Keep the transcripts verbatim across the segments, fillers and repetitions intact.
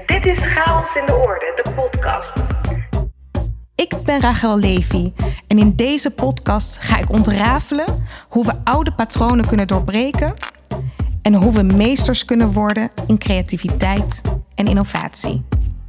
Dit is Chaos in de Orde, de podcast. Ik ben Rachel Levy en in deze podcast ga ik ontrafelen hoe we oude patronen kunnen doorbreken en hoe we meesters kunnen worden in creativiteit en innovatie.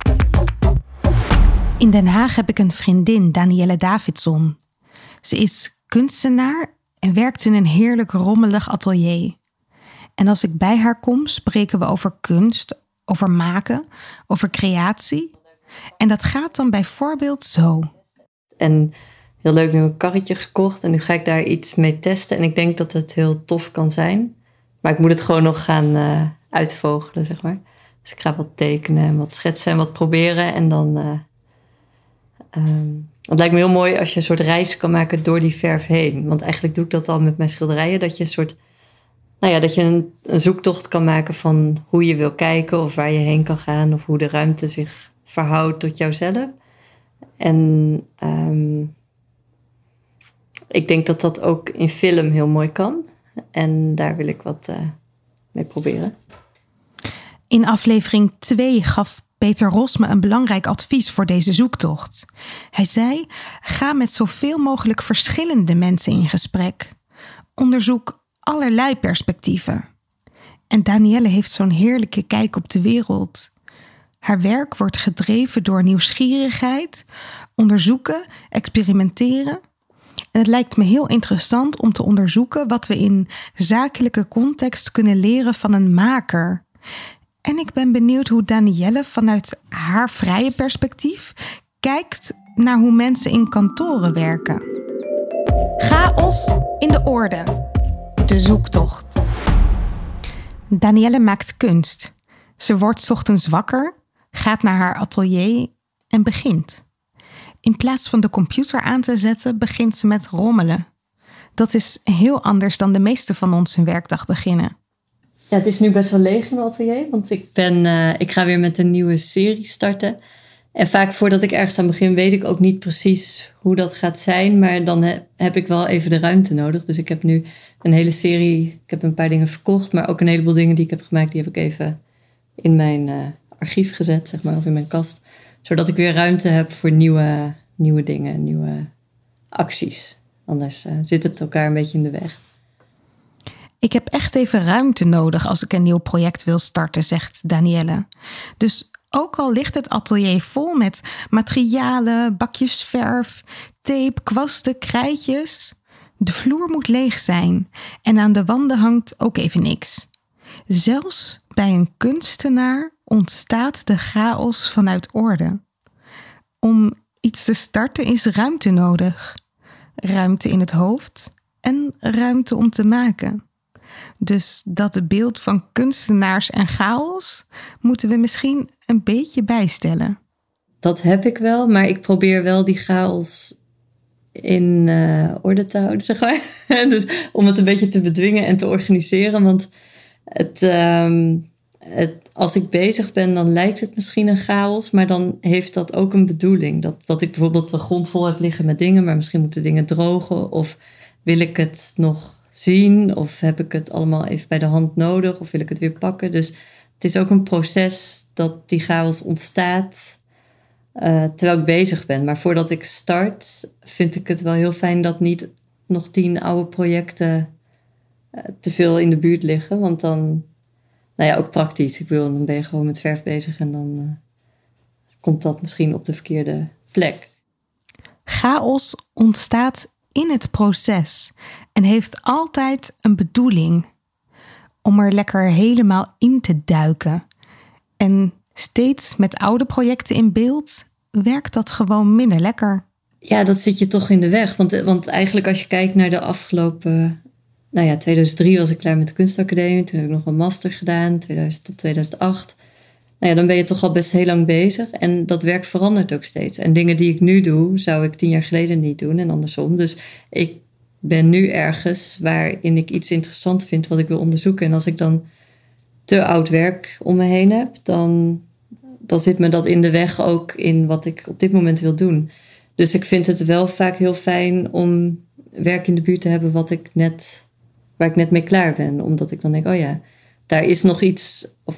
In Den Haag heb ik een vriendin, Danielle Davidson. Ze is kunstenaar en werkt in een heerlijk rommelig atelier. En als ik bij haar kom, spreken we over kunst, over maken, over creatie. En dat gaat dan bijvoorbeeld zo. En heel leuk, nu een karretje gekocht en nu ga ik daar iets mee testen. En ik denk dat het heel tof kan zijn. Maar ik moet het gewoon nog gaan uh, uitvogelen, zeg maar. Dus ik ga wat tekenen en wat schetsen en wat proberen. En dan... Uh, um, het lijkt me heel mooi als je een soort reis kan maken door die verf heen. Want eigenlijk doe ik dat al met mijn schilderijen. Dat je een soort... Nou ja, dat je een, een zoektocht kan maken van hoe je wil kijken of waar je heen kan gaan of hoe de ruimte zich verhoudt tot jouzelf. En um, ik denk dat dat ook in film heel mooi kan. En daar wil ik wat uh, mee proberen. In aflevering twee gaf Peter Ros me een belangrijk advies voor deze zoektocht. Hij zei, ga met zoveel mogelijk verschillende mensen in gesprek. Onderzoek allerlei perspectieven. En Danielle heeft zo'n heerlijke kijk op de wereld. Haar werk wordt gedreven door nieuwsgierigheid, onderzoeken, experimenteren. En het lijkt me heel interessant om te onderzoeken wat we in zakelijke context kunnen leren van een maker. En ik ben benieuwd hoe Danielle vanuit haar vrije perspectief kijkt naar hoe mensen in kantoren werken. Chaos in de orde. De zoektocht. Danielle maakt kunst. Ze wordt 's ochtends wakker, gaat naar haar atelier en begint. In plaats van de computer aan te zetten, begint ze met rommelen. Dat is heel anders dan de meeste van ons hun werkdag beginnen. Ja, het is nu best wel leeg in mijn atelier, want ik, ben, uh, ik ga weer met een nieuwe serie starten. En vaak voordat ik ergens aan begin, weet ik ook niet precies hoe dat gaat zijn. Maar dan he, heb ik wel even de ruimte nodig. Dus ik heb nu een hele serie, ik heb een paar dingen verkocht, maar ook een heleboel dingen die ik heb gemaakt, die heb ik even in mijn uh, archief gezet, zeg maar, of in mijn kast. Zodat ik weer ruimte heb voor nieuwe, nieuwe dingen, nieuwe acties. Anders uh, zit het elkaar een beetje in de weg. Ik heb echt even ruimte nodig als ik een nieuw project wil starten, zegt Danielle. Dus ook al ligt het atelier vol met materialen, bakjes verf, tape, kwasten, krijtjes. De vloer moet leeg zijn en aan de wanden hangt ook even niks. Zelfs bij een kunstenaar ontstaat de chaos vanuit orde. Om iets te starten is ruimte nodig. Ruimte in het hoofd en ruimte om te maken. Dus dat beeld van kunstenaars en chaos moeten we misschien een beetje bijstellen. Dat heb ik wel, maar ik probeer wel die chaos in uh, orde te houden, zeg maar. Dus om het een beetje te bedwingen en te organiseren. Want het, um, het, als ik bezig ben, dan lijkt het misschien een chaos, maar dan heeft dat ook een bedoeling. Dat, dat ik bijvoorbeeld de grond vol heb liggen met dingen, maar misschien moeten dingen drogen. Of wil ik het nog zien? Of heb ik het allemaal even bij de hand nodig? Of wil ik het weer pakken? Dus het is ook een proces dat die chaos ontstaat uh, terwijl ik bezig ben. Maar voordat ik start, vind ik het wel heel fijn dat niet nog tien oude projecten uh, te veel in de buurt liggen. Want dan, nou ja, ook praktisch. Ik bedoel, dan ben je gewoon met verf bezig en dan uh, komt dat misschien op de verkeerde plek. Chaos ontstaat in het proces en heeft altijd een bedoeling om er lekker helemaal in te duiken. En steeds met oude projecten in beeld werkt dat gewoon minder lekker. Ja, dat zit je toch in de weg. Want, want eigenlijk als je kijkt naar de afgelopen... Nou ja, tweeduizend drie was ik klaar met de kunstacademie. Toen heb ik nog een master gedaan, tweeduizend tot tweeduizend acht. Nou ja, dan ben je toch al best heel lang bezig. En dat werk verandert ook steeds. En dingen die ik nu doe, zou ik tien jaar geleden niet doen en andersom. Dus ik ben nu ergens waarin ik iets interessant vind wat ik wil onderzoeken. En als ik dan te oud werk om me heen heb, dan, dan zit me dat in de weg ook in wat ik op dit moment wil doen. Dus ik vind het wel vaak heel fijn om werk in de buurt te hebben wat ik net, waar ik net mee klaar ben. Omdat ik dan denk, oh ja, daar is nog iets, of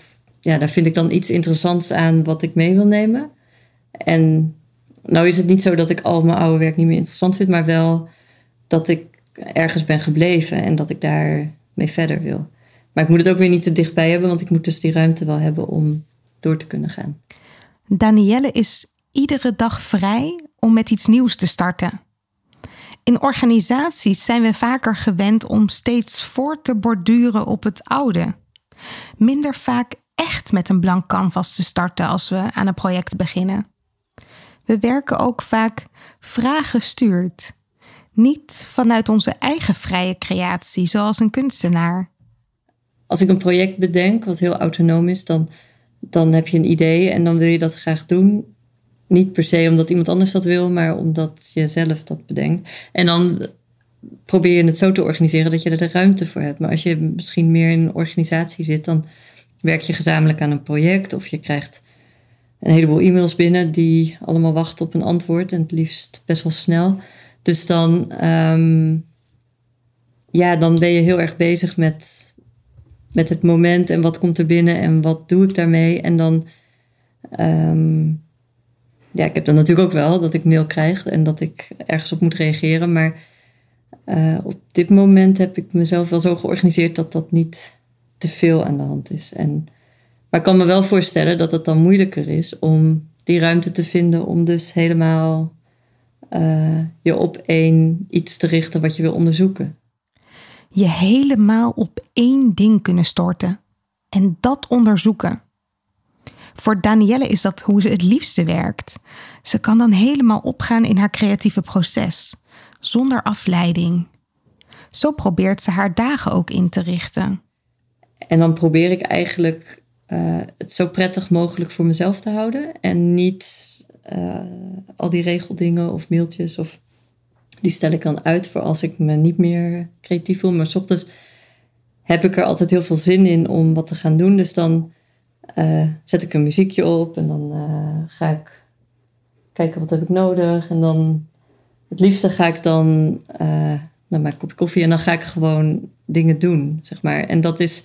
ja, daar vind ik dan iets interessants aan wat ik mee wil nemen. En nou is het niet zo dat ik al mijn oude werk niet meer interessant vind, maar wel dat ik ergens ben gebleven en dat ik daar mee verder wil. Maar ik moet het ook weer niet te dichtbij hebben, want ik moet dus die ruimte wel hebben om door te kunnen gaan. Danielle is iedere dag vrij om met iets nieuws te starten. In organisaties zijn we vaker gewend om steeds voort te borduren op het oude. Minder vaak echt met een blank canvas te starten als we aan een project beginnen. We werken ook vaak vraaggestuurd. Niet vanuit onze eigen vrije creatie, zoals een kunstenaar. Als ik een project bedenk, wat heel autonoom is, dan, dan heb je een idee en dan wil je dat graag doen. Niet per se omdat iemand anders dat wil, maar omdat je zelf dat bedenkt. En dan probeer je het zo te organiseren dat je er de ruimte voor hebt. Maar als je misschien meer in een organisatie zit, dan werk je gezamenlijk aan een project. Of je krijgt een heleboel e-mails binnen die allemaal wachten op een antwoord. En het liefst best wel snel. Dus dan, um, ja, dan ben je heel erg bezig met, met het moment en wat komt er binnen en wat doe ik daarmee. En dan... Um, Ja, ik heb dan natuurlijk ook wel dat ik mail krijg en dat ik ergens op moet reageren. Maar uh, op dit moment heb ik mezelf wel zo georganiseerd dat dat niet te veel aan de hand is. En, maar ik kan me wel voorstellen dat het dan moeilijker is om die ruimte te vinden om dus helemaal uh, je op één iets te richten wat je wil onderzoeken. Je helemaal op één ding kunnen storten en dat onderzoeken. Voor Danielle is dat hoe ze het liefste werkt. Ze kan dan helemaal opgaan in haar creatieve proces, zonder afleiding. Zo probeert ze haar dagen ook in te richten. En dan probeer ik eigenlijk uh, het zo prettig mogelijk voor mezelf te houden. En niet uh, al die regeldingen of mailtjes, of, die stel ik dan uit voor als ik me niet meer creatief voel. Maar 's ochtends heb ik er altijd heel veel zin in om wat te gaan doen. Dus dan... Uh, zet ik een muziekje op en dan uh, ga ik kijken wat heb ik nodig. En dan het liefste ga ik dan uh, naar mijn kopje koffie en dan ga ik gewoon dingen doen, zeg maar. En dat is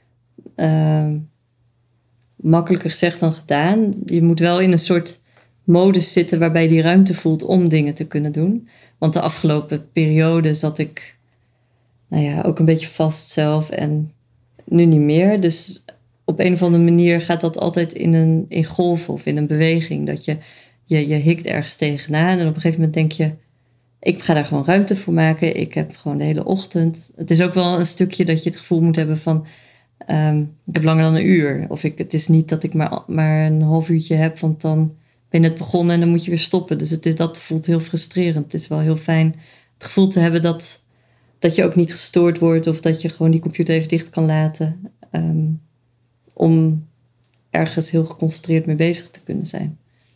uh, makkelijker gezegd dan gedaan. Je moet wel in een soort modus zitten waarbij je die ruimte voelt om dingen te kunnen doen. Want de afgelopen periode zat ik nou ja, ook een beetje vast zelf en nu niet meer. Dus op een of andere manier gaat dat altijd in een in golven of in een beweging. Dat je, je, je hikt ergens tegenaan en op een gegeven moment denk je... ik ga daar gewoon ruimte voor maken. Ik heb gewoon de hele ochtend. Het is ook wel een stukje dat je het gevoel moet hebben van... Um, ik heb langer dan een uur. Of ik, het is niet dat ik maar, maar een half uurtje heb, want dan ben je net begonnen en dan moet je weer stoppen. Dus het is, dat voelt heel frustrerend. Het is wel heel fijn het gevoel te hebben dat, dat je ook niet gestoord wordt... of dat je gewoon die computer even dicht kan laten... Um, om ergens heel geconcentreerd mee bezig te kunnen zijn.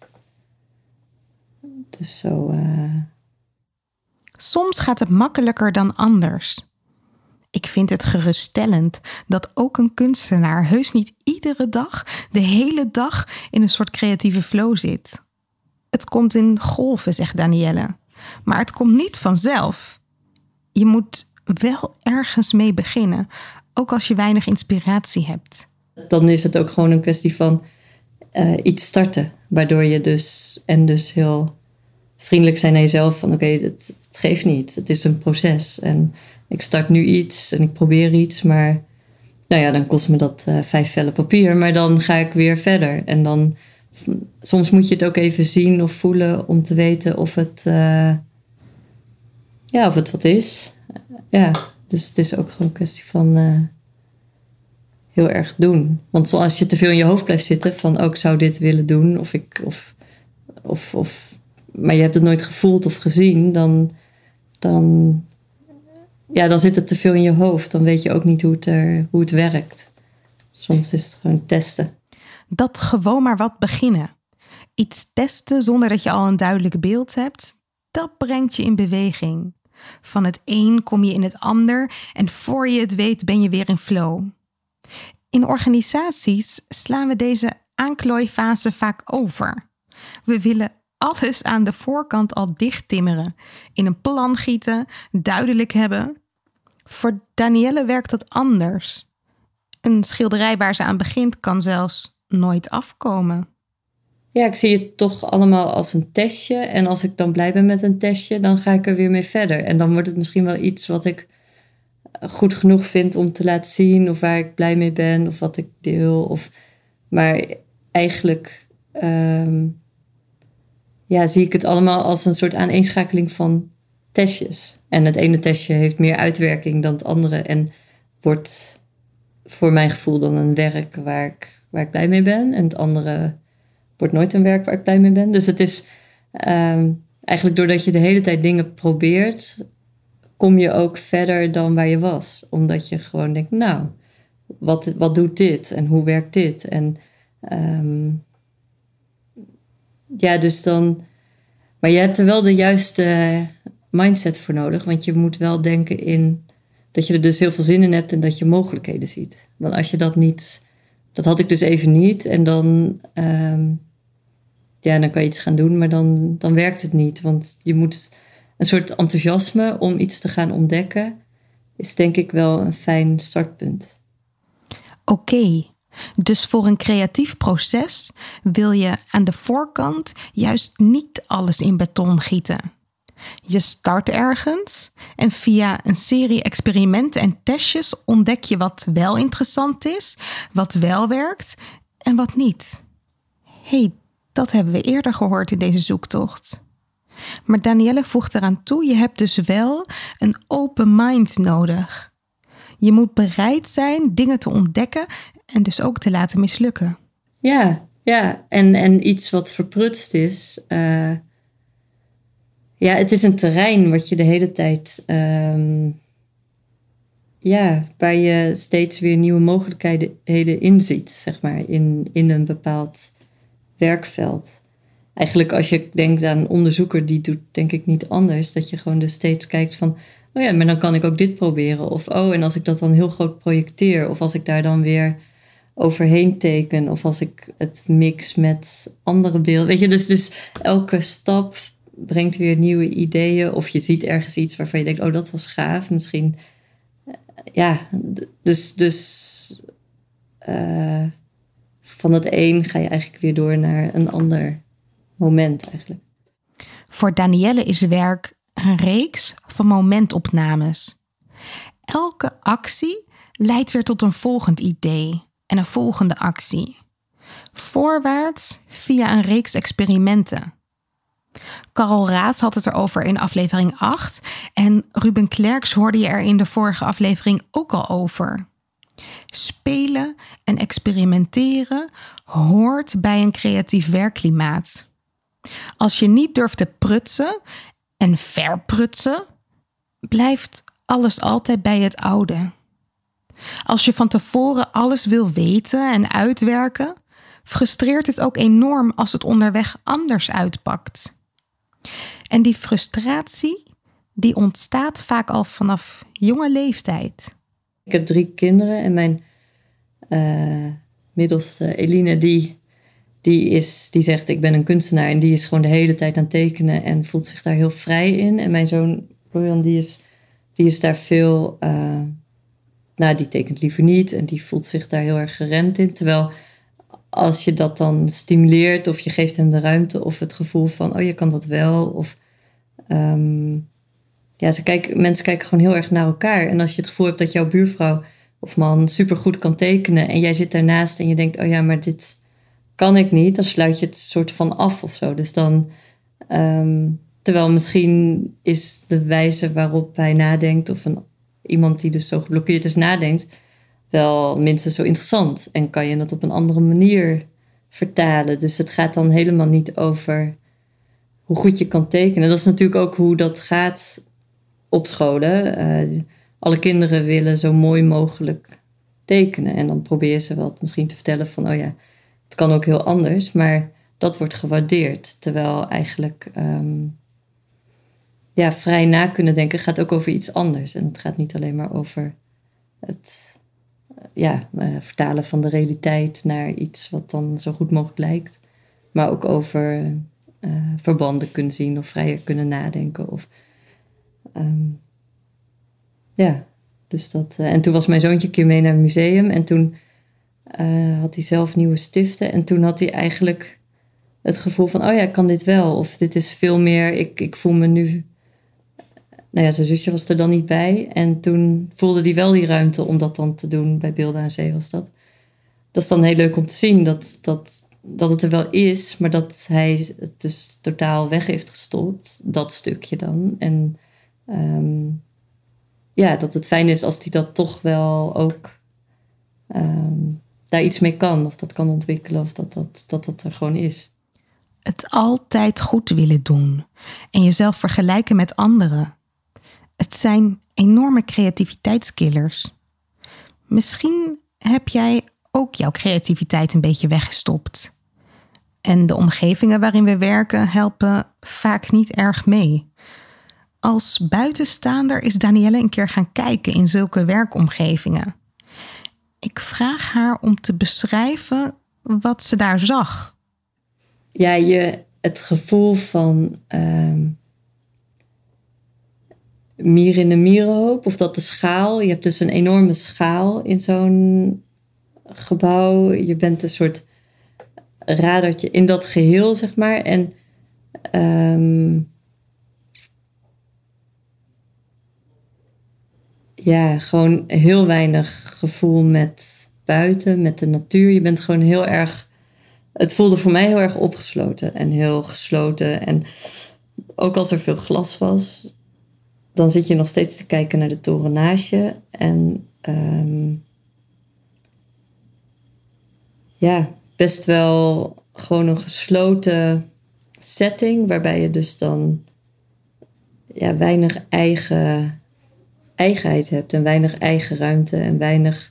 Dus zo... Uh... Soms gaat het makkelijker dan anders. Ik vind het geruststellend dat ook een kunstenaar heus niet iedere dag, de hele dag, in een soort creatieve flow zit. Het komt in golven, zegt Danielle. Maar het komt niet vanzelf. Je moet wel ergens mee beginnen, ook als je weinig inspiratie hebt. Dan is het ook gewoon een kwestie van uh, iets starten. Waardoor je dus, en dus heel vriendelijk zijn naar jezelf. Van oké, okay, het, het geeft niet. Het is een proces. En ik start nu iets en ik probeer iets. Maar nou ja, dan kost me dat uh, vijf vellen papier. Maar dan ga ik weer verder. En dan, soms moet je het ook even zien of voelen om te weten of het, uh, ja, of het wat is. Ja, dus het is ook gewoon een kwestie van... Uh, heel erg doen. Want als je te veel in je hoofd blijft zitten van ook oh, zou dit willen doen of ik of, of, of maar je hebt het nooit gevoeld of gezien, dan, dan, ja, dan zit het te veel in je hoofd. Dan weet je ook niet hoe het, er, hoe het werkt. Soms is het gewoon testen. Dat gewoon maar wat beginnen. Iets testen zonder dat je al een duidelijk beeld hebt, dat brengt je in beweging. Van het een kom je in het ander en voor je het weet ben je weer in flow. In organisaties slaan we deze aanklooifase vaak over. We willen alles aan de voorkant al dichttimmeren, in een plan gieten, duidelijk hebben. Voor Danielle werkt dat anders. Een schilderij waar ze aan begint kan zelfs nooit afkomen. Ja, ik zie het toch allemaal als een testje. En als ik dan blij ben met een testje, dan ga ik er weer mee verder. En dan wordt het misschien wel iets wat ik goed genoeg vind om te laten zien. Of waar ik blij mee ben, of wat ik deel. Of... Maar eigenlijk um, ja, zie ik het allemaal als een soort aaneenschakeling van testjes. En het ene testje heeft meer uitwerking dan het andere. En wordt voor mijn gevoel dan een werk waar ik, waar ik blij mee ben. En het andere wordt nooit een werk waar ik blij mee ben. Dus het is um, eigenlijk doordat je de hele tijd dingen probeert, kom je ook verder dan waar je was. Omdat je gewoon denkt, nou, wat, wat doet dit? En hoe werkt dit? En um, ja, dus dan... Maar je hebt er wel de juiste mindset voor nodig. Want je moet wel denken in dat je er dus heel veel zin in hebt en dat je mogelijkheden ziet. Want als je dat niet... Dat had ik dus even niet. En dan... Um, ja, dan kan je iets gaan doen, maar dan, dan werkt het niet. Want je moet een soort enthousiasme om iets te gaan ontdekken, is denk ik wel een fijn startpunt. Oké, okay. Dus voor een creatief proces wil je aan de voorkant juist niet alles in beton gieten. Je start ergens en via een serie experimenten en testjes ontdek je wat wel interessant is, wat wel werkt en wat niet. Hey, dat hebben we eerder gehoord in deze zoektocht. Maar Danielle voegt eraan toe, je hebt dus wel een open mind nodig. Je moet bereid zijn dingen te ontdekken en dus ook te laten mislukken. Ja, ja. En, en iets wat verprutst is. Uh, ja, het is een terrein wat je de hele tijd... Um, ja, waar je steeds weer nieuwe mogelijkheden in ziet, zeg maar, in, in een bepaald werkveld. Eigenlijk als je denkt aan een onderzoeker, die doet denk ik niet anders. Dat je gewoon dus steeds kijkt van, oh ja, maar dan kan ik ook dit proberen. Of oh, en als ik dat dan heel groot projecteer. Of als ik daar dan weer overheen teken. Of als ik het mix met andere beelden. Weet je, dus, dus elke stap brengt weer nieuwe ideeën. Of je ziet ergens iets waarvan je denkt, oh, dat was gaaf. Misschien, ja, dus... dus uh, van het een ga je eigenlijk weer door naar een ander moment eigenlijk. Voor Danielle is werk een reeks van momentopnames. Elke actie leidt weer tot een volgend idee en een volgende actie. Voorwaarts via een reeks experimenten. Carol Raats had het erover in aflevering acht en Ruben Klerks hoorde je er in de vorige aflevering ook al over. Spelen en experimenteren hoort bij een creatief werkklimaat. Als je niet durft te prutsen en verprutsen, blijft alles altijd bij het oude. Als je van tevoren alles wil weten en uitwerken, frustreert het ook enorm als het onderweg anders uitpakt. En die frustratie, die ontstaat vaak al vanaf jonge leeftijd. Ik heb drie kinderen en mijn uh, middelste Eline, die, die, is, die zegt ik ben een kunstenaar. En die is gewoon de hele tijd aan het tekenen en voelt zich daar heel vrij in. En mijn zoon Florian, die is, die is daar veel, uh, nou die tekent liever niet. En die voelt zich daar heel erg geremd in. Terwijl als je dat dan stimuleert of je geeft hem de ruimte of het gevoel van oh je kan dat wel. Of um, ja, ze kijken, mensen kijken gewoon heel erg naar elkaar. En als je het gevoel hebt dat jouw buurvrouw of man supergoed kan tekenen en jij zit daarnaast en je denkt, oh ja, maar dit kan ik niet, dan sluit je het soort van af of zo. Dus dan, um, terwijl misschien is de wijze waarop hij nadenkt of een, iemand die dus zo geblokkeerd is nadenkt, wel minstens zo interessant. En kan je het op een andere manier vertalen. Dus het gaat dan helemaal niet over hoe goed je kan tekenen. Dat is natuurlijk ook hoe dat gaat op scholen. Uh, alle kinderen willen zo mooi mogelijk tekenen. En dan probeer je ze wel misschien te vertellen van, oh ja, het kan ook heel anders. Maar dat wordt gewaardeerd. Terwijl eigenlijk um, ja, vrij na kunnen denken gaat ook over iets anders. En het gaat niet alleen maar over het uh, ja, uh, vertalen van de realiteit naar iets wat dan zo goed mogelijk lijkt. Maar ook over uh, verbanden kunnen zien of vrijer kunnen nadenken. Of, um, ja, Dus dat, uh, en toen was mijn zoontje een keer mee naar het museum. En toen uh, had hij zelf nieuwe stiften. En toen had hij eigenlijk het gevoel van... oh ja, ik kan dit wel. Of dit is veel meer... Ik, ik voel me nu... Nou ja, zijn zusje was er dan niet bij. En toen voelde hij wel die ruimte om dat dan te doen. Bij Beelden aan Zee was dat. Dat is dan heel leuk om te zien. Dat, dat, dat het er wel is. Maar dat hij het dus totaal weg heeft gestopt. Dat stukje dan. En um, ja, dat het fijn is als hij dat toch wel ook... Um, daar iets mee kan. Of dat kan ontwikkelen. Of dat dat, dat, dat er gewoon is. Het altijd goed willen doen. En jezelf vergelijken met anderen. Het zijn enorme creativiteitskillers. Misschien heb jij ook jouw creativiteit een beetje weggestopt. En de omgevingen waarin we werken helpen vaak niet erg mee. Als buitenstaander is Danielle een keer gaan kijken in zulke werkomgevingen. Ik vraag haar om te beschrijven wat ze daar zag. Ja, je, het gevoel van... Um... mier in de mierenhoop, of dat de schaal. Je hebt dus een enorme schaal in zo'n gebouw. Je bent een soort radertje in dat geheel, zeg maar. En um, ja, gewoon heel weinig gevoel met buiten, met de natuur. Je bent gewoon heel erg... Het voelde voor mij heel erg opgesloten en heel gesloten. En ook als er veel glas was... dan zit je nog steeds te kijken naar de toren naast je. En um, ja, best wel gewoon een gesloten setting... waarbij je dus dan ja, weinig eigen, eigenheid hebt... en weinig eigen ruimte en weinig...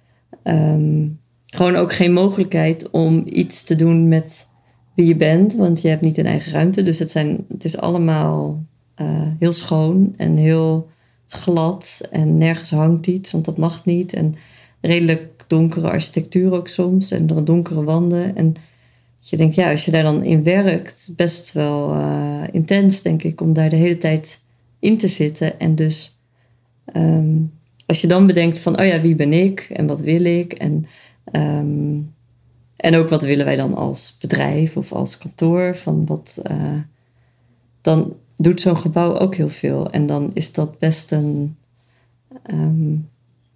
Um, gewoon ook geen mogelijkheid om iets te doen met wie je bent... want je hebt niet een eigen ruimte. Dus het, zijn, het is allemaal... Uh, heel schoon en heel glad en nergens hangt iets, want dat mag niet. En redelijk donkere architectuur ook soms en donkere wanden. En je denkt, ja, als je daar dan in werkt, best wel uh, intens, denk ik, om daar de hele tijd in te zitten. En dus um, als je dan bedenkt van, oh ja, wie ben ik en wat wil ik? En, um, en ook wat willen wij dan als bedrijf of als kantoor? Van wat, uh, dan doet zo'n gebouw ook heel veel. En dan is dat best een... Um,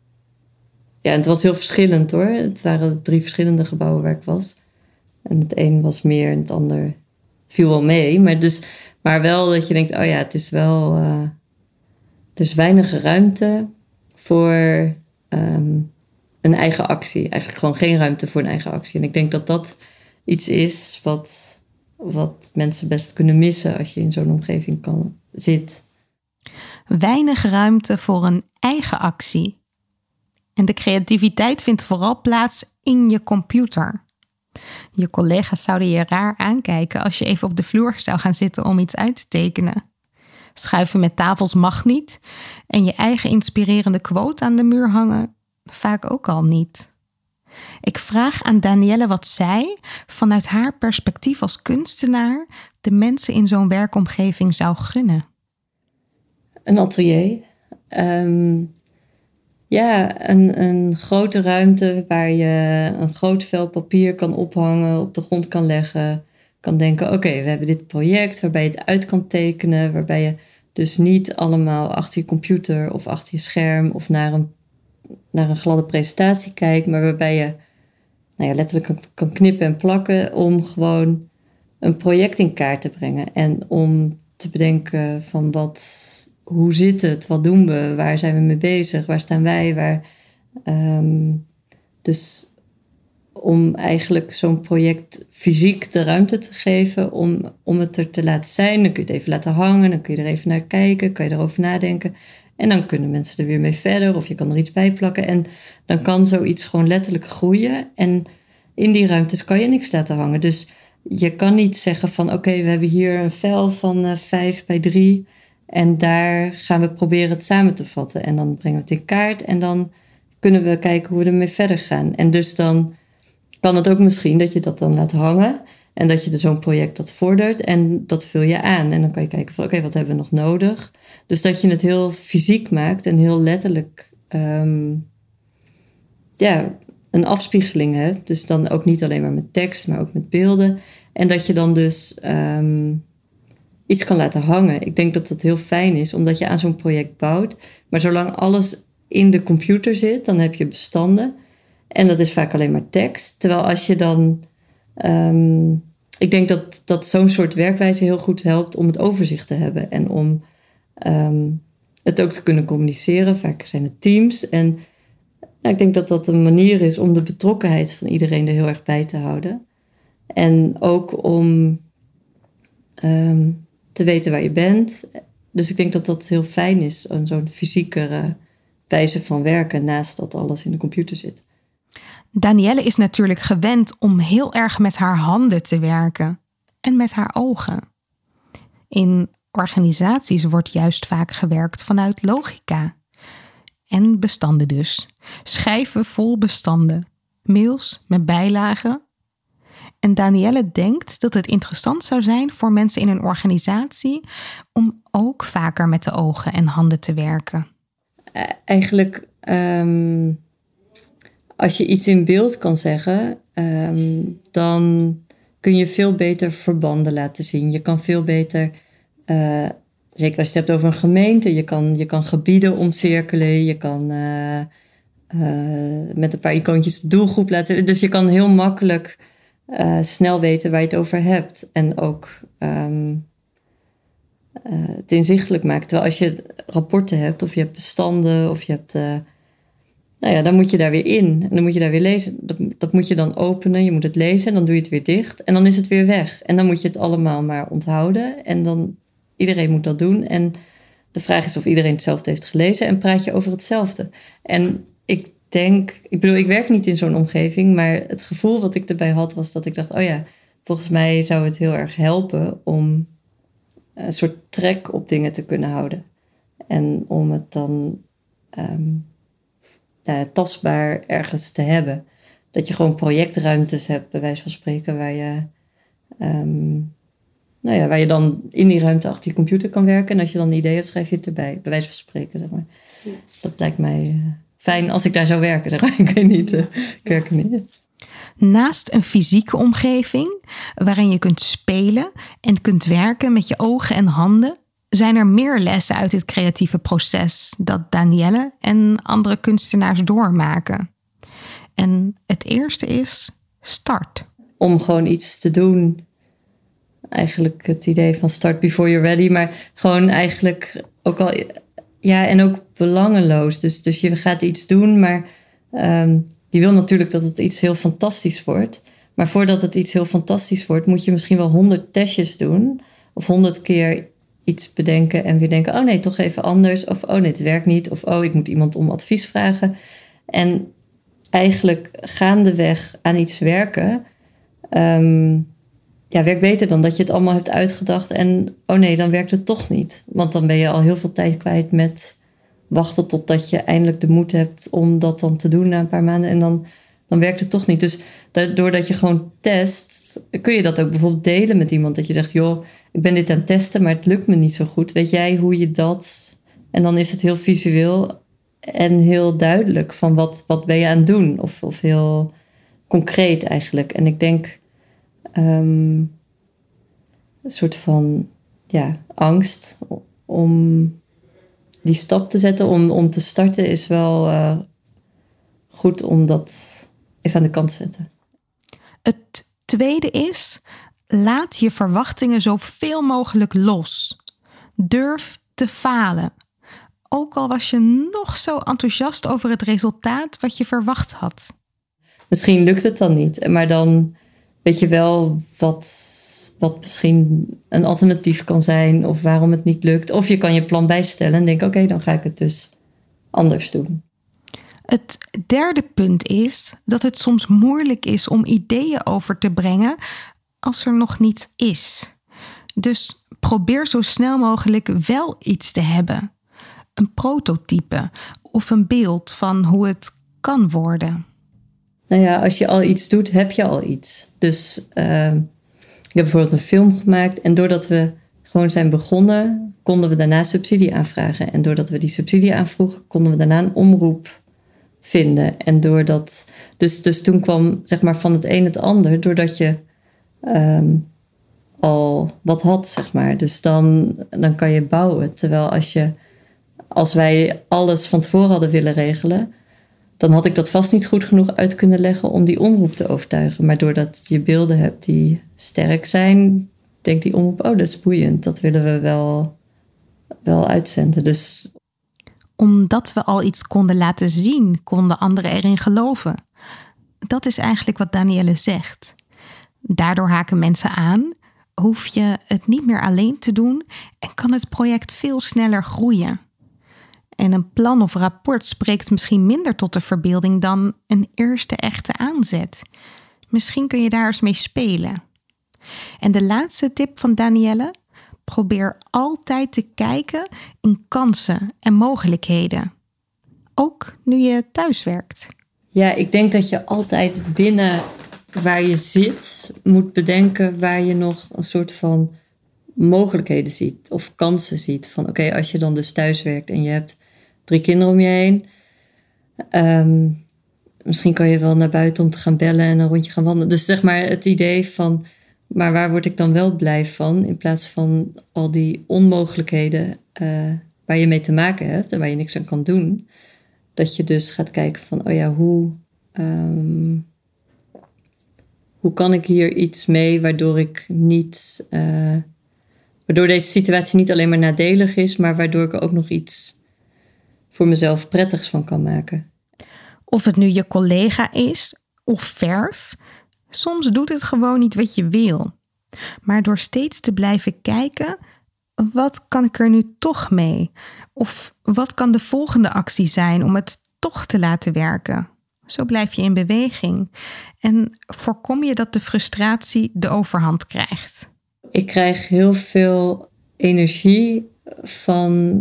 ja, het was heel verschillend hoor. Het waren drie verschillende gebouwen waar ik was. En het een was meer en het ander viel wel mee. Maar, dus, maar wel dat je denkt, oh ja, het is wel... Uh, dus weinig ruimte voor um, een eigen actie. Eigenlijk gewoon geen ruimte voor een eigen actie. En ik denk dat dat iets is wat... wat mensen best kunnen missen als je in zo'n omgeving kan, zit. Weinig ruimte voor een eigen actie. En de creativiteit vindt vooral plaats in je computer. Je collega's zouden je raar aankijken als je even op de vloer zou gaan zitten om iets uit te tekenen. Schuiven met tafels mag niet. En je eigen inspirerende quote aan de muur hangen vaak ook al niet. Ik vraag aan Danielle wat zij, vanuit haar perspectief als kunstenaar, de mensen in zo'n werkomgeving zou gunnen. Een atelier. Um, ja, een, een grote ruimte waar je een groot vel papier kan ophangen, op de grond kan leggen. Kan denken, oké, okay, we hebben dit project waarbij je het uit kan tekenen. Waarbij je dus niet allemaal achter je computer of achter je scherm of naar een, naar een gladde presentatie kijkt. Maar waarbij je nou ja, letterlijk kan, kan knippen en plakken om gewoon een project in kaart te brengen. En om te bedenken van wat, hoe zit het, wat doen we, waar zijn we mee bezig, waar staan wij, waar... Um, dus om eigenlijk zo'n project fysiek de ruimte te geven om, om het er te laten zijn. Dan kun je het even laten hangen, dan kun je er even naar kijken, kan je erover nadenken. En dan kunnen mensen er weer mee verder of je kan er iets bij plakken. En dan kan zoiets gewoon letterlijk groeien. En in die ruimtes kan je niks laten hangen. Dus je kan niet zeggen van oké, okay, we hebben hier een vel van uh, vijf bij drie. En daar gaan we proberen het samen te vatten. En dan brengen we het in kaart en dan kunnen we kijken hoe we ermee verder gaan. En dus dan kan het ook misschien dat je dat dan laat hangen. En dat je er zo'n project dat vordert en dat vul je aan. En dan kan je kijken van oké, okay, wat hebben we nog nodig? Dus dat je het heel fysiek maakt en heel letterlijk um, ja, een afspiegeling hebt. Dus dan ook niet alleen maar met tekst, maar ook met beelden. En dat je dan dus um, iets kan laten hangen. Ik denk dat dat heel fijn is, omdat je aan zo'n project bouwt. Maar zolang alles in de computer zit, dan heb je bestanden. En dat is vaak alleen maar tekst. Terwijl als je dan... Um, ik denk dat, dat zo'n soort werkwijze heel goed helpt om het overzicht te hebben. En om um, het ook te kunnen communiceren. Vaak zijn het teams. En nou, ik denk dat dat een manier is om de betrokkenheid van iedereen er heel erg bij te houden. En ook om um, te weten waar je bent. Dus ik denk dat dat heel fijn is. Zo'n fysiekere wijze van werken naast dat alles in de computer zit. Danielle is natuurlijk gewend om heel erg met haar handen te werken en met haar ogen. In organisaties wordt juist vaak gewerkt vanuit logica. En bestanden dus. Schijven vol bestanden. Mails met bijlagen. En Danielle denkt dat het interessant zou zijn voor mensen in een organisatie om ook vaker met de ogen en handen te werken. Eigenlijk... Um... Als je iets in beeld kan zeggen, um, dan kun je veel beter verbanden laten zien. Je kan veel beter, uh, zeker als je het hebt over een gemeente, je kan, je kan gebieden omcirkelen. Je kan uh, uh, met een paar icoontjes de doelgroep laten zien. Dus je kan heel makkelijk uh, snel weten waar je het over hebt. En ook um, uh, het inzichtelijk maken. Terwijl als je rapporten hebt, of je hebt bestanden, of je hebt... Uh, Nou ja, dan moet je daar weer in. En dan moet je daar weer lezen. Dat, dat moet je dan openen. Je moet het lezen en dan doe je het weer dicht. En dan is het weer weg. En dan moet je het allemaal maar onthouden. En dan, iedereen moet dat doen. En de vraag is of iedereen hetzelfde heeft gelezen. En praat je over hetzelfde. En ik denk, ik bedoel, ik werk niet in zo'n omgeving. Maar het gevoel wat ik erbij had was dat ik dacht, oh ja, volgens mij zou het heel erg helpen om een soort trek op dingen te kunnen houden. En om het dan... Um, Uh, tastbaar ergens te hebben. Dat je gewoon projectruimtes hebt, bij wijze van spreken, waar je, um, nou ja, waar je dan in die ruimte achter je computer kan werken. En als je dan een idee hebt, schrijf je het erbij, bij wijze van spreken. Zeg maar. Ja. Dat lijkt mij uh, fijn als ik daar zou werken. Zeg maar. Ik weet niet, uh, ik werk er niet. Naast een fysieke omgeving, waarin je kunt spelen en kunt werken met je ogen en handen, zijn er meer lessen uit het creatieve proces dat Danielle en andere kunstenaars doormaken. En het eerste is start. Om gewoon iets te doen. Eigenlijk het idee van start before you're ready. Maar gewoon eigenlijk ook al... Ja, en ook belangeloos. Dus, dus je gaat iets doen, maar um, je wil natuurlijk dat het iets heel fantastisch wordt. Maar voordat het iets heel fantastisch wordt, moet je misschien wel honderd testjes doen. Of honderd keer iets bedenken en weer denken, oh nee, toch even anders. Of oh nee, het werkt niet. Of oh, ik moet iemand om advies vragen. En eigenlijk gaandeweg aan iets werken, um, ja, werkt beter dan dat je het allemaal hebt uitgedacht. En oh nee, dan werkt het toch niet. Want dan ben je al heel veel tijd kwijt met wachten totdat je eindelijk de moed hebt om dat dan te doen na een paar maanden. En dan, dan werkt het toch niet. Dus doordat je gewoon test, kun je dat ook bijvoorbeeld delen met iemand. Dat je zegt, joh, ik ben dit aan het testen, maar het lukt me niet zo goed. Weet jij hoe je dat... En dan is het heel visueel en heel duidelijk van wat, wat ben je aan het doen. Of, of heel concreet eigenlijk. En ik denk um, een soort van ja, angst om die stap te zetten, om, om te starten, is wel uh, goed om dat even aan de kant te zetten. Het tweede is, laat je verwachtingen zoveel mogelijk los. Durf te falen. Ook al was je nog zo enthousiast over het resultaat wat je verwacht had. Misschien lukt het dan niet, maar dan weet je wel wat, wat misschien een alternatief kan zijn of waarom het niet lukt. Of je kan je plan bijstellen en denken, oké, okay, dan ga ik het dus anders doen. Het derde punt is dat het soms moeilijk is om ideeën over te brengen als er nog niets is. Dus probeer zo snel mogelijk wel iets te hebben. Een prototype of een beeld van hoe het kan worden. Nou ja, als je al iets doet, heb je al iets. Dus uh, ik heb bijvoorbeeld een film gemaakt. En doordat we gewoon zijn begonnen, konden we daarna subsidie aanvragen. En doordat we die subsidie aanvroegen, konden we daarna een omroep vinden. En doordat, dus, dus toen kwam zeg maar van het een het ander, doordat je um, al wat had, zeg maar. Dus dan, dan kan je bouwen. Terwijl als je, als wij alles van tevoren hadden willen regelen, dan had ik dat vast niet goed genoeg uit kunnen leggen om die omroep te overtuigen. Maar doordat je beelden hebt die sterk zijn, denkt die omroep, oh, dat is boeiend. Dat willen we wel, wel uitzenden. Dus omdat we al iets konden laten zien, konden anderen erin geloven. Dat is eigenlijk wat Danielle zegt. Daardoor haken mensen aan, hoef je het niet meer alleen te doen en kan het project veel sneller groeien. En een plan of rapport spreekt misschien minder tot de verbeelding dan een eerste echte aanzet. Misschien kun je daar eens mee spelen. En de laatste tip van Danielle: probeer altijd te kijken in kansen en mogelijkheden. Ook nu je thuis werkt. Ja, ik denk dat je altijd binnen waar je zit moet bedenken waar je nog een soort van mogelijkheden ziet of kansen ziet. Van oké, okay, als je dan dus thuis werkt en je hebt drie kinderen om je heen. Um, misschien kan je wel naar buiten om te gaan bellen en een rondje gaan wandelen. Dus zeg maar het idee van, maar waar word ik dan wel blij van? In plaats van al die onmogelijkheden uh, waar je mee te maken hebt en waar je niks aan kan doen. Dat je dus gaat kijken van, oh ja, hoe, um, hoe kan ik hier iets mee waardoor ik niet, uh, waardoor deze situatie niet alleen maar nadelig is, maar waardoor ik er ook nog iets voor mezelf prettigs van kan maken. Of het nu je collega is of verf, soms doet het gewoon niet wat je wil. Maar door steeds te blijven kijken, wat kan ik er nu toch mee? Of wat kan de volgende actie zijn om het toch te laten werken? Zo blijf je in beweging en voorkom je dat de frustratie de overhand krijgt. Ik krijg heel veel energie van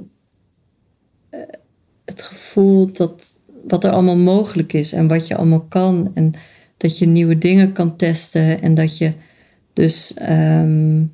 het gevoel dat wat er allemaal mogelijk is en wat je allemaal kan. En dat je nieuwe dingen kan testen en dat je dus um,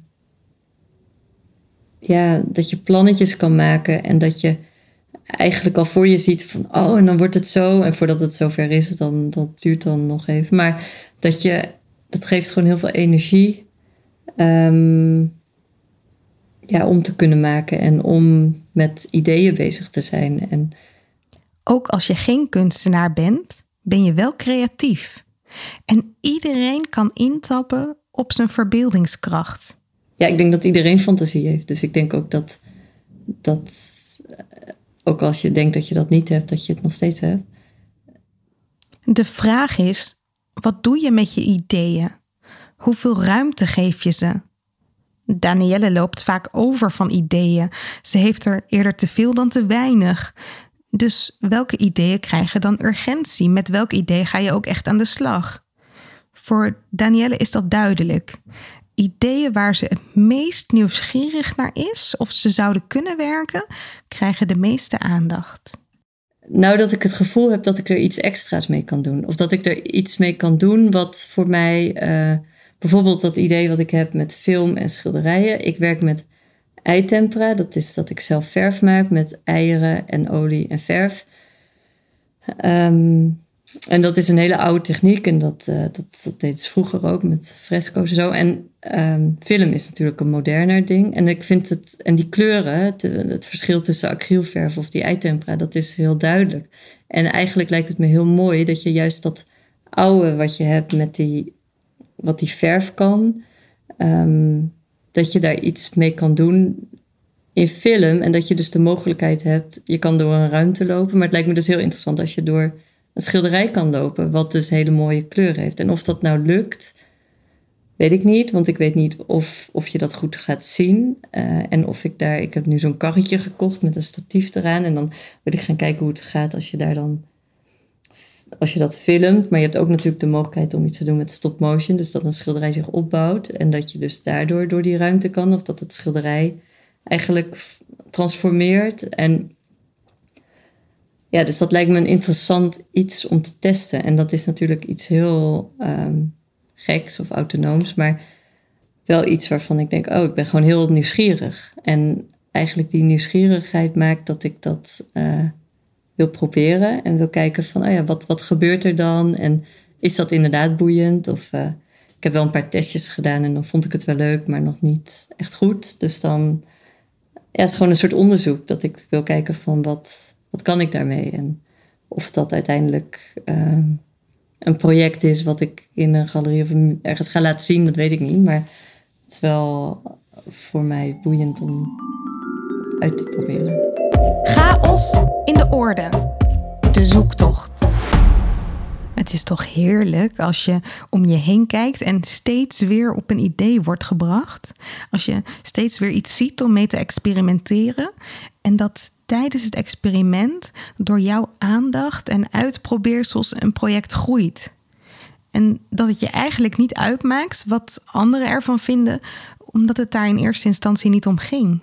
ja, dat je plannetjes kan maken en dat je eigenlijk al voor je ziet van oh, en dan wordt het zo. En voordat het zover is, dan dat duurt dan nog even. Maar dat je, dat geeft gewoon heel veel energie um, ja, om te kunnen maken en om met ideeën bezig te zijn. En ook als je geen kunstenaar bent, ben je wel creatief. En iedereen kan intappen op zijn verbeeldingskracht. Ja, ik denk dat iedereen fantasie heeft. Dus ik denk ook dat, dat ook als je denkt dat je dat niet hebt, dat je het nog steeds hebt. De vraag is, wat doe je met je ideeën? Hoeveel ruimte geef je ze? Danielle loopt vaak over van ideeën. Ze heeft er eerder te veel dan te weinig. Dus welke ideeën krijgen dan urgentie? Met welk idee ga je ook echt aan de slag? Voor Danielle is dat duidelijk. Ideeën waar ze het meest nieuwsgierig naar is of ze zouden kunnen werken, krijgen de meeste aandacht. Nou, dat ik het gevoel heb dat ik er iets extra's mee kan doen. Of dat ik er iets mee kan doen wat voor mij, uh, bijvoorbeeld dat idee wat ik heb met film en schilderijen. Ik werk met eitempera, dat is dat ik zelf verf maak met eieren en olie en verf. Um, en dat is een hele oude techniek en dat, uh, dat, dat deed ze vroeger ook met fresco's en zo. En um, film is natuurlijk een moderner ding. En ik vind het, en die kleuren, het, het verschil tussen acrylverf of die eitempera, dat is heel duidelijk. En eigenlijk lijkt het me heel mooi dat je juist dat oude wat je hebt met die, wat die verf kan, um, dat je daar iets mee kan doen in film. En dat je dus de mogelijkheid hebt, je kan door een ruimte lopen. Maar het lijkt me dus heel interessant als je door een schilderij kan lopen, wat dus hele mooie kleuren heeft. En of dat nou lukt, weet ik niet. Want ik weet niet of, of je dat goed gaat zien. Uh, en of ik daar, ik heb nu zo'n karretje gekocht met een statief eraan. En dan wil ik gaan kijken hoe het gaat als je daar dan, als je dat filmt. Maar je hebt ook natuurlijk de mogelijkheid om iets te doen met stop motion. Dus dat een schilderij zich opbouwt. En dat je dus daardoor door die ruimte kan. Of dat het schilderij eigenlijk transformeert. En ja, dus dat lijkt me een interessant iets om te testen. En dat is natuurlijk iets heel um, geks of autonooms. Maar wel iets waarvan ik denk, oh, ik ben gewoon heel nieuwsgierig. En eigenlijk die nieuwsgierigheid maakt dat ik dat uh, wil proberen. En wil kijken van, oh ja, wat, wat gebeurt er dan? En is dat inderdaad boeiend? Of uh, ik heb wel een paar testjes gedaan en dan vond ik het wel leuk, maar nog niet echt goed. Dus dan ja, het is gewoon een soort onderzoek dat ik wil kijken van wat, wat kan ik daarmee? En of dat uiteindelijk uh, een project is wat ik in een galerie of ergens ga laten zien, dat weet ik niet. Maar het is wel voor mij boeiend om uit te proberen. Chaos in de orde. De zoektocht. Het is toch heerlijk als je om je heen kijkt en steeds weer op een idee wordt gebracht. Als je steeds weer iets ziet om mee te experimenteren. En dat tijdens het experiment door jouw aandacht en uitprobeersels een project groeit. En dat het je eigenlijk niet uitmaakt wat anderen ervan vinden, omdat het daar in eerste instantie niet om ging.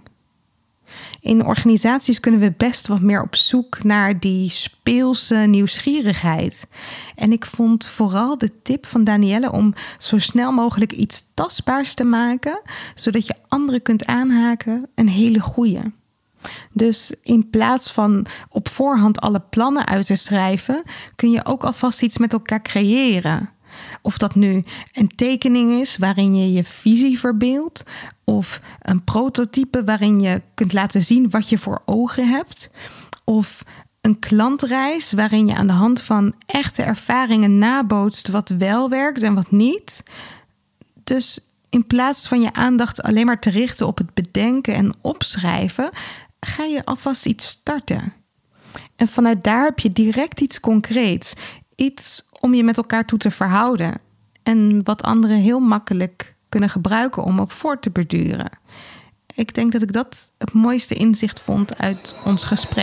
In organisaties kunnen we best wat meer op zoek naar die speelse nieuwsgierigheid. En ik vond vooral de tip van Danielle om zo snel mogelijk iets tastbaars te maken, zodat je anderen kunt aanhaken, een hele goeie. Dus in plaats van op voorhand alle plannen uit te schrijven, kun je ook alvast iets met elkaar creëren. Of dat nu een tekening is waarin je je visie verbeeldt, of een prototype waarin je kunt laten zien wat je voor ogen hebt, of een klantreis waarin je aan de hand van echte ervaringen nabootst wat wel werkt en wat niet. Dus in plaats van je aandacht alleen maar te richten op het bedenken en opschrijven, ga je alvast iets starten. En vanuit daar heb je direct iets concreets, iets om je met elkaar toe te verhouden en wat anderen heel makkelijk kunnen gebruiken om op voort te borduren. Ik denk dat ik dat het mooiste inzicht vond uit ons gesprek.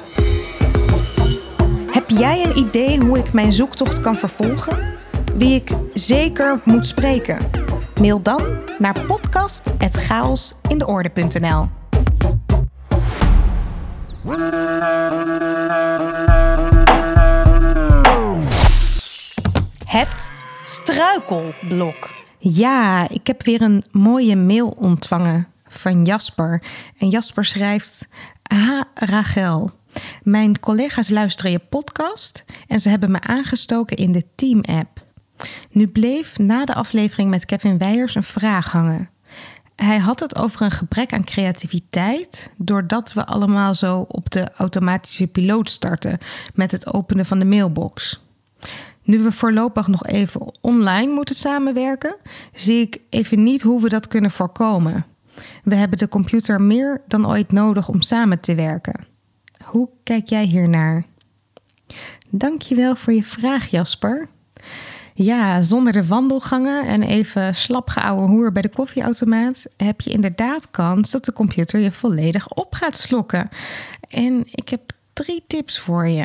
Heb jij een idee hoe ik mijn zoektocht kan vervolgen? Wie ik zeker moet spreken? Mail dan naar podcast at chaos in de orde punt n l. Het struikelblok. Ja, ik heb weer een mooie mail ontvangen van Jasper. En Jasper schrijft: Ha, Rachel. Mijn collega's luisteren je podcast en ze hebben me aangestoken in de Team-app. Nu bleef na de aflevering met Kevin Weijers een vraag hangen. Hij had het over een gebrek aan creativiteit, doordat we allemaal zo op de automatische piloot starten met het openen van de mailbox. Nu we voorlopig nog even online moeten samenwerken, zie ik even niet hoe we dat kunnen voorkomen. We hebben de computer meer dan ooit nodig om samen te werken. Hoe kijk jij hiernaar? Dankjewel voor je vraag, Jasper. Ja, zonder de wandelgangen en even slap geouwe hoer bij de koffieautomaat heb je inderdaad kans dat de computer je volledig op gaat slokken. En ik heb drie tips voor je.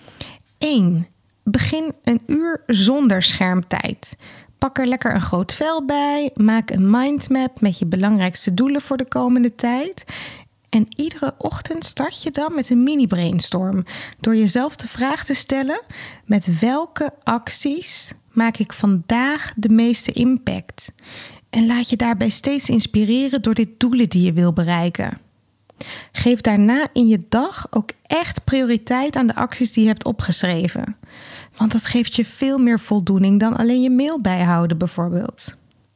één. Begin een uur zonder schermtijd. Pak er lekker een groot vel bij. Maak een mindmap met je belangrijkste doelen voor de komende tijd. En iedere ochtend start je dan met een mini-brainstorm. Door jezelf de vraag te stellen: met welke acties maak ik vandaag de meeste impact? En laat je daarbij steeds inspireren door de doelen die je wil bereiken. Geef daarna in je dag ook echt prioriteit aan de acties die je hebt opgeschreven. Want dat geeft je veel meer voldoening dan alleen je mail bijhouden bijvoorbeeld.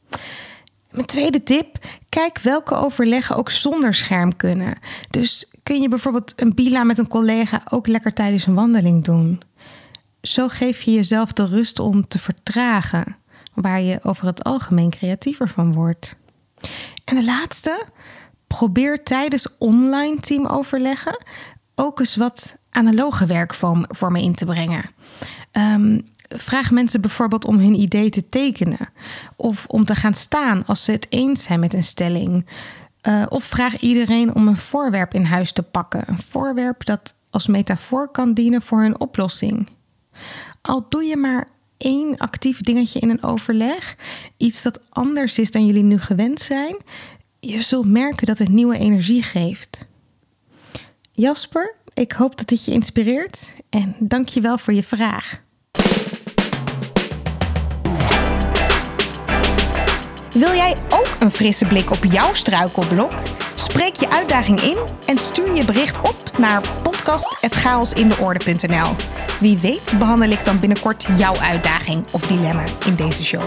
Mijn tweede tip: kijk welke overleggen ook zonder scherm kunnen. Dus kun je bijvoorbeeld een bila met een collega ook lekker tijdens een wandeling doen. Zo geef je jezelf de rust om te vertragen, waar je over het algemeen creatiever van wordt. En de laatste: probeer tijdens online teamoverleggen ook eens wat analoge werkvorm voor me in te brengen. Um, vraag mensen bijvoorbeeld om hun idee te tekenen. Of om te gaan staan als ze het eens zijn met een stelling. Uh, of vraag iedereen om een voorwerp in huis te pakken. Een voorwerp dat als metafoor kan dienen voor hun oplossing. Al doe je maar één actief dingetje in een overleg, iets dat anders is dan jullie nu gewend zijn, je zult merken dat het nieuwe energie geeft. Jasper, ik hoop dat dit je inspireert en dank je wel voor je vraag. Wil jij ook een frisse blik op jouw struikelblok? Spreek je uitdaging in en stuur je bericht op naar podcast at chaosindeorde punt n l. Wie weet behandel ik dan binnenkort jouw uitdaging of dilemma in deze show.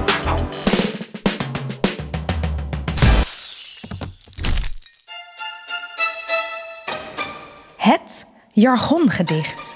Het jargongedicht.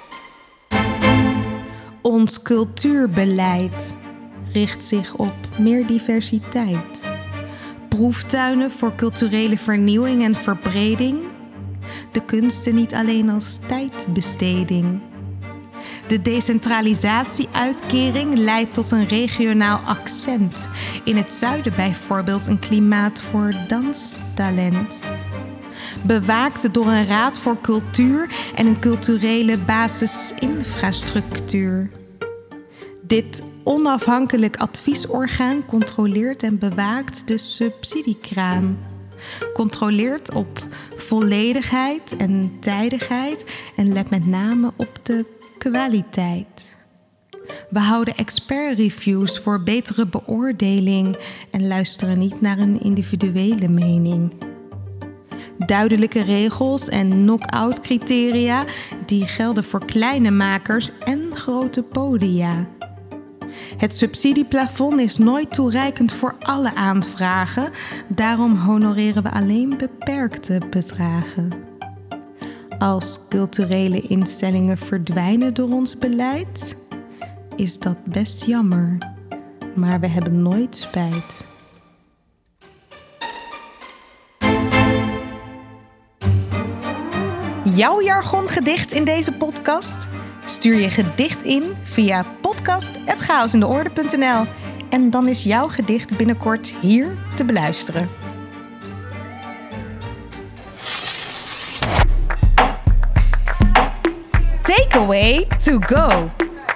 Ons cultuurbeleid richt zich op meer diversiteit. Proeftuinen voor culturele vernieuwing en verbreding. De kunsten niet alleen als tijdbesteding. De decentralisatie-uitkering leidt tot een regionaal accent. In het zuiden bijvoorbeeld een klimaat voor danstalent. Bewaakt door een raad voor cultuur en een culturele basisinfrastructuur. Dit onafhankelijk adviesorgaan controleert en bewaakt de subsidiekraan. Controleert op volledigheid en tijdigheid en let met name op de kwaliteit. We houden expertreviews voor betere beoordeling en luisteren niet naar een individuele mening. Duidelijke regels en knock-out criteria die gelden voor kleine makers en grote podia. Het subsidieplafond is nooit toereikend voor alle aanvragen, daarom honoreren we alleen beperkte bedragen. Als culturele instellingen verdwijnen door ons beleid, is dat best jammer, maar we hebben nooit spijt. Jouw jargongedicht in deze podcast? Stuur je gedicht in via podcast at chaosindeorde punt n l en dan is jouw gedicht binnenkort hier te beluisteren. Takeaway to go.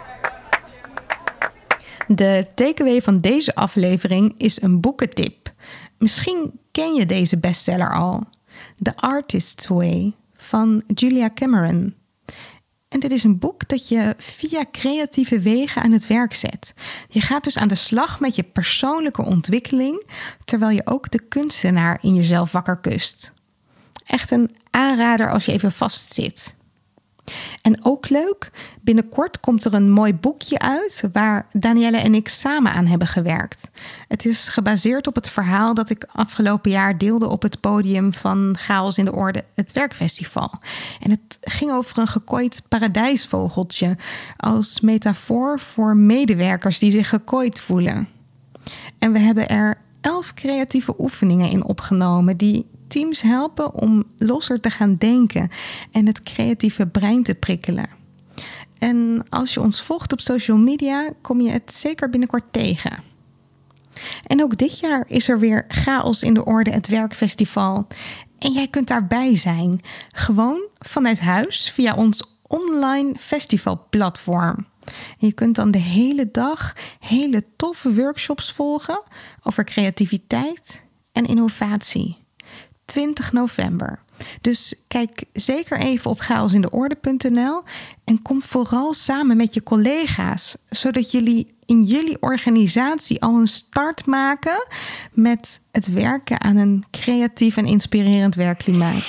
De takeaway van deze aflevering is een boekentip. Misschien ken je deze bestseller al. The Artist's Way van Julia Cameron. En dit is een boek dat je via creatieve wegen aan het werk zet. Je gaat dus aan de slag met je persoonlijke ontwikkeling, terwijl je ook de kunstenaar in jezelf wakker kust. Echt een aanrader als je even vastzit. En ook leuk, binnenkort komt er een mooi boekje uit waar Danielle en ik samen aan hebben gewerkt. Het is gebaseerd op het verhaal dat ik afgelopen jaar deelde op het podium van Chaos in de Orde, het werkfestival. En het ging over een gekooid paradijsvogeltje als metafoor voor medewerkers die zich gekooid voelen. En we hebben er elf creatieve oefeningen in opgenomen die teams helpen om losser te gaan denken en het creatieve brein te prikkelen. En als je ons volgt op social media, kom je het zeker binnenkort tegen. En ook dit jaar is er weer Chaos in de Orde, het werkfestival. En jij kunt daarbij zijn, gewoon vanuit huis via ons online festivalplatform. En je kunt dan de hele dag hele toffe workshops volgen over creativiteit en innovatie. twintig november. Dus kijk zeker even op chaosindeorde punt n l en kom vooral samen met je collega's, zodat jullie in jullie organisatie al een start maken met het werken aan een creatief en inspirerend werkklimaat.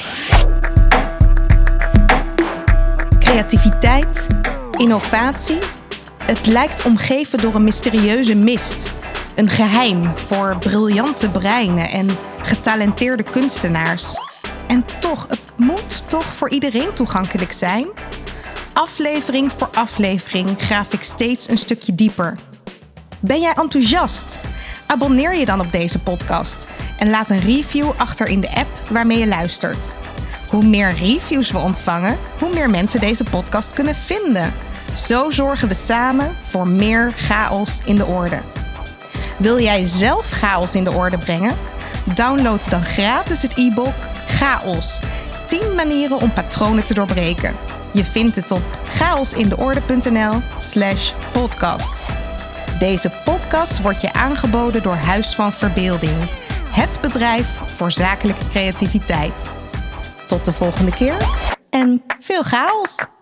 Creativiteit, innovatie, het lijkt omgeven door een mysterieuze mist. Een geheim voor briljante breinen en getalenteerde kunstenaars. En toch, het moet toch voor iedereen toegankelijk zijn? Aflevering voor aflevering graaf ik steeds een stukje dieper. Ben jij enthousiast? Abonneer je dan op deze podcast en laat een review achter in de app waarmee je luistert. Hoe meer reviews we ontvangen, hoe meer mensen deze podcast kunnen vinden. Zo zorgen we samen voor meer chaos in de orde. Wil jij zelf chaos in de orde brengen? Download dan gratis het e-book Chaos. tien manieren om patronen te doorbreken. Je vindt het op chaosindeorde punt n l slash podcast. Deze podcast wordt je aangeboden door Huis van Verbeelding. Het bedrijf voor zakelijke creativiteit. Tot de volgende keer en veel chaos!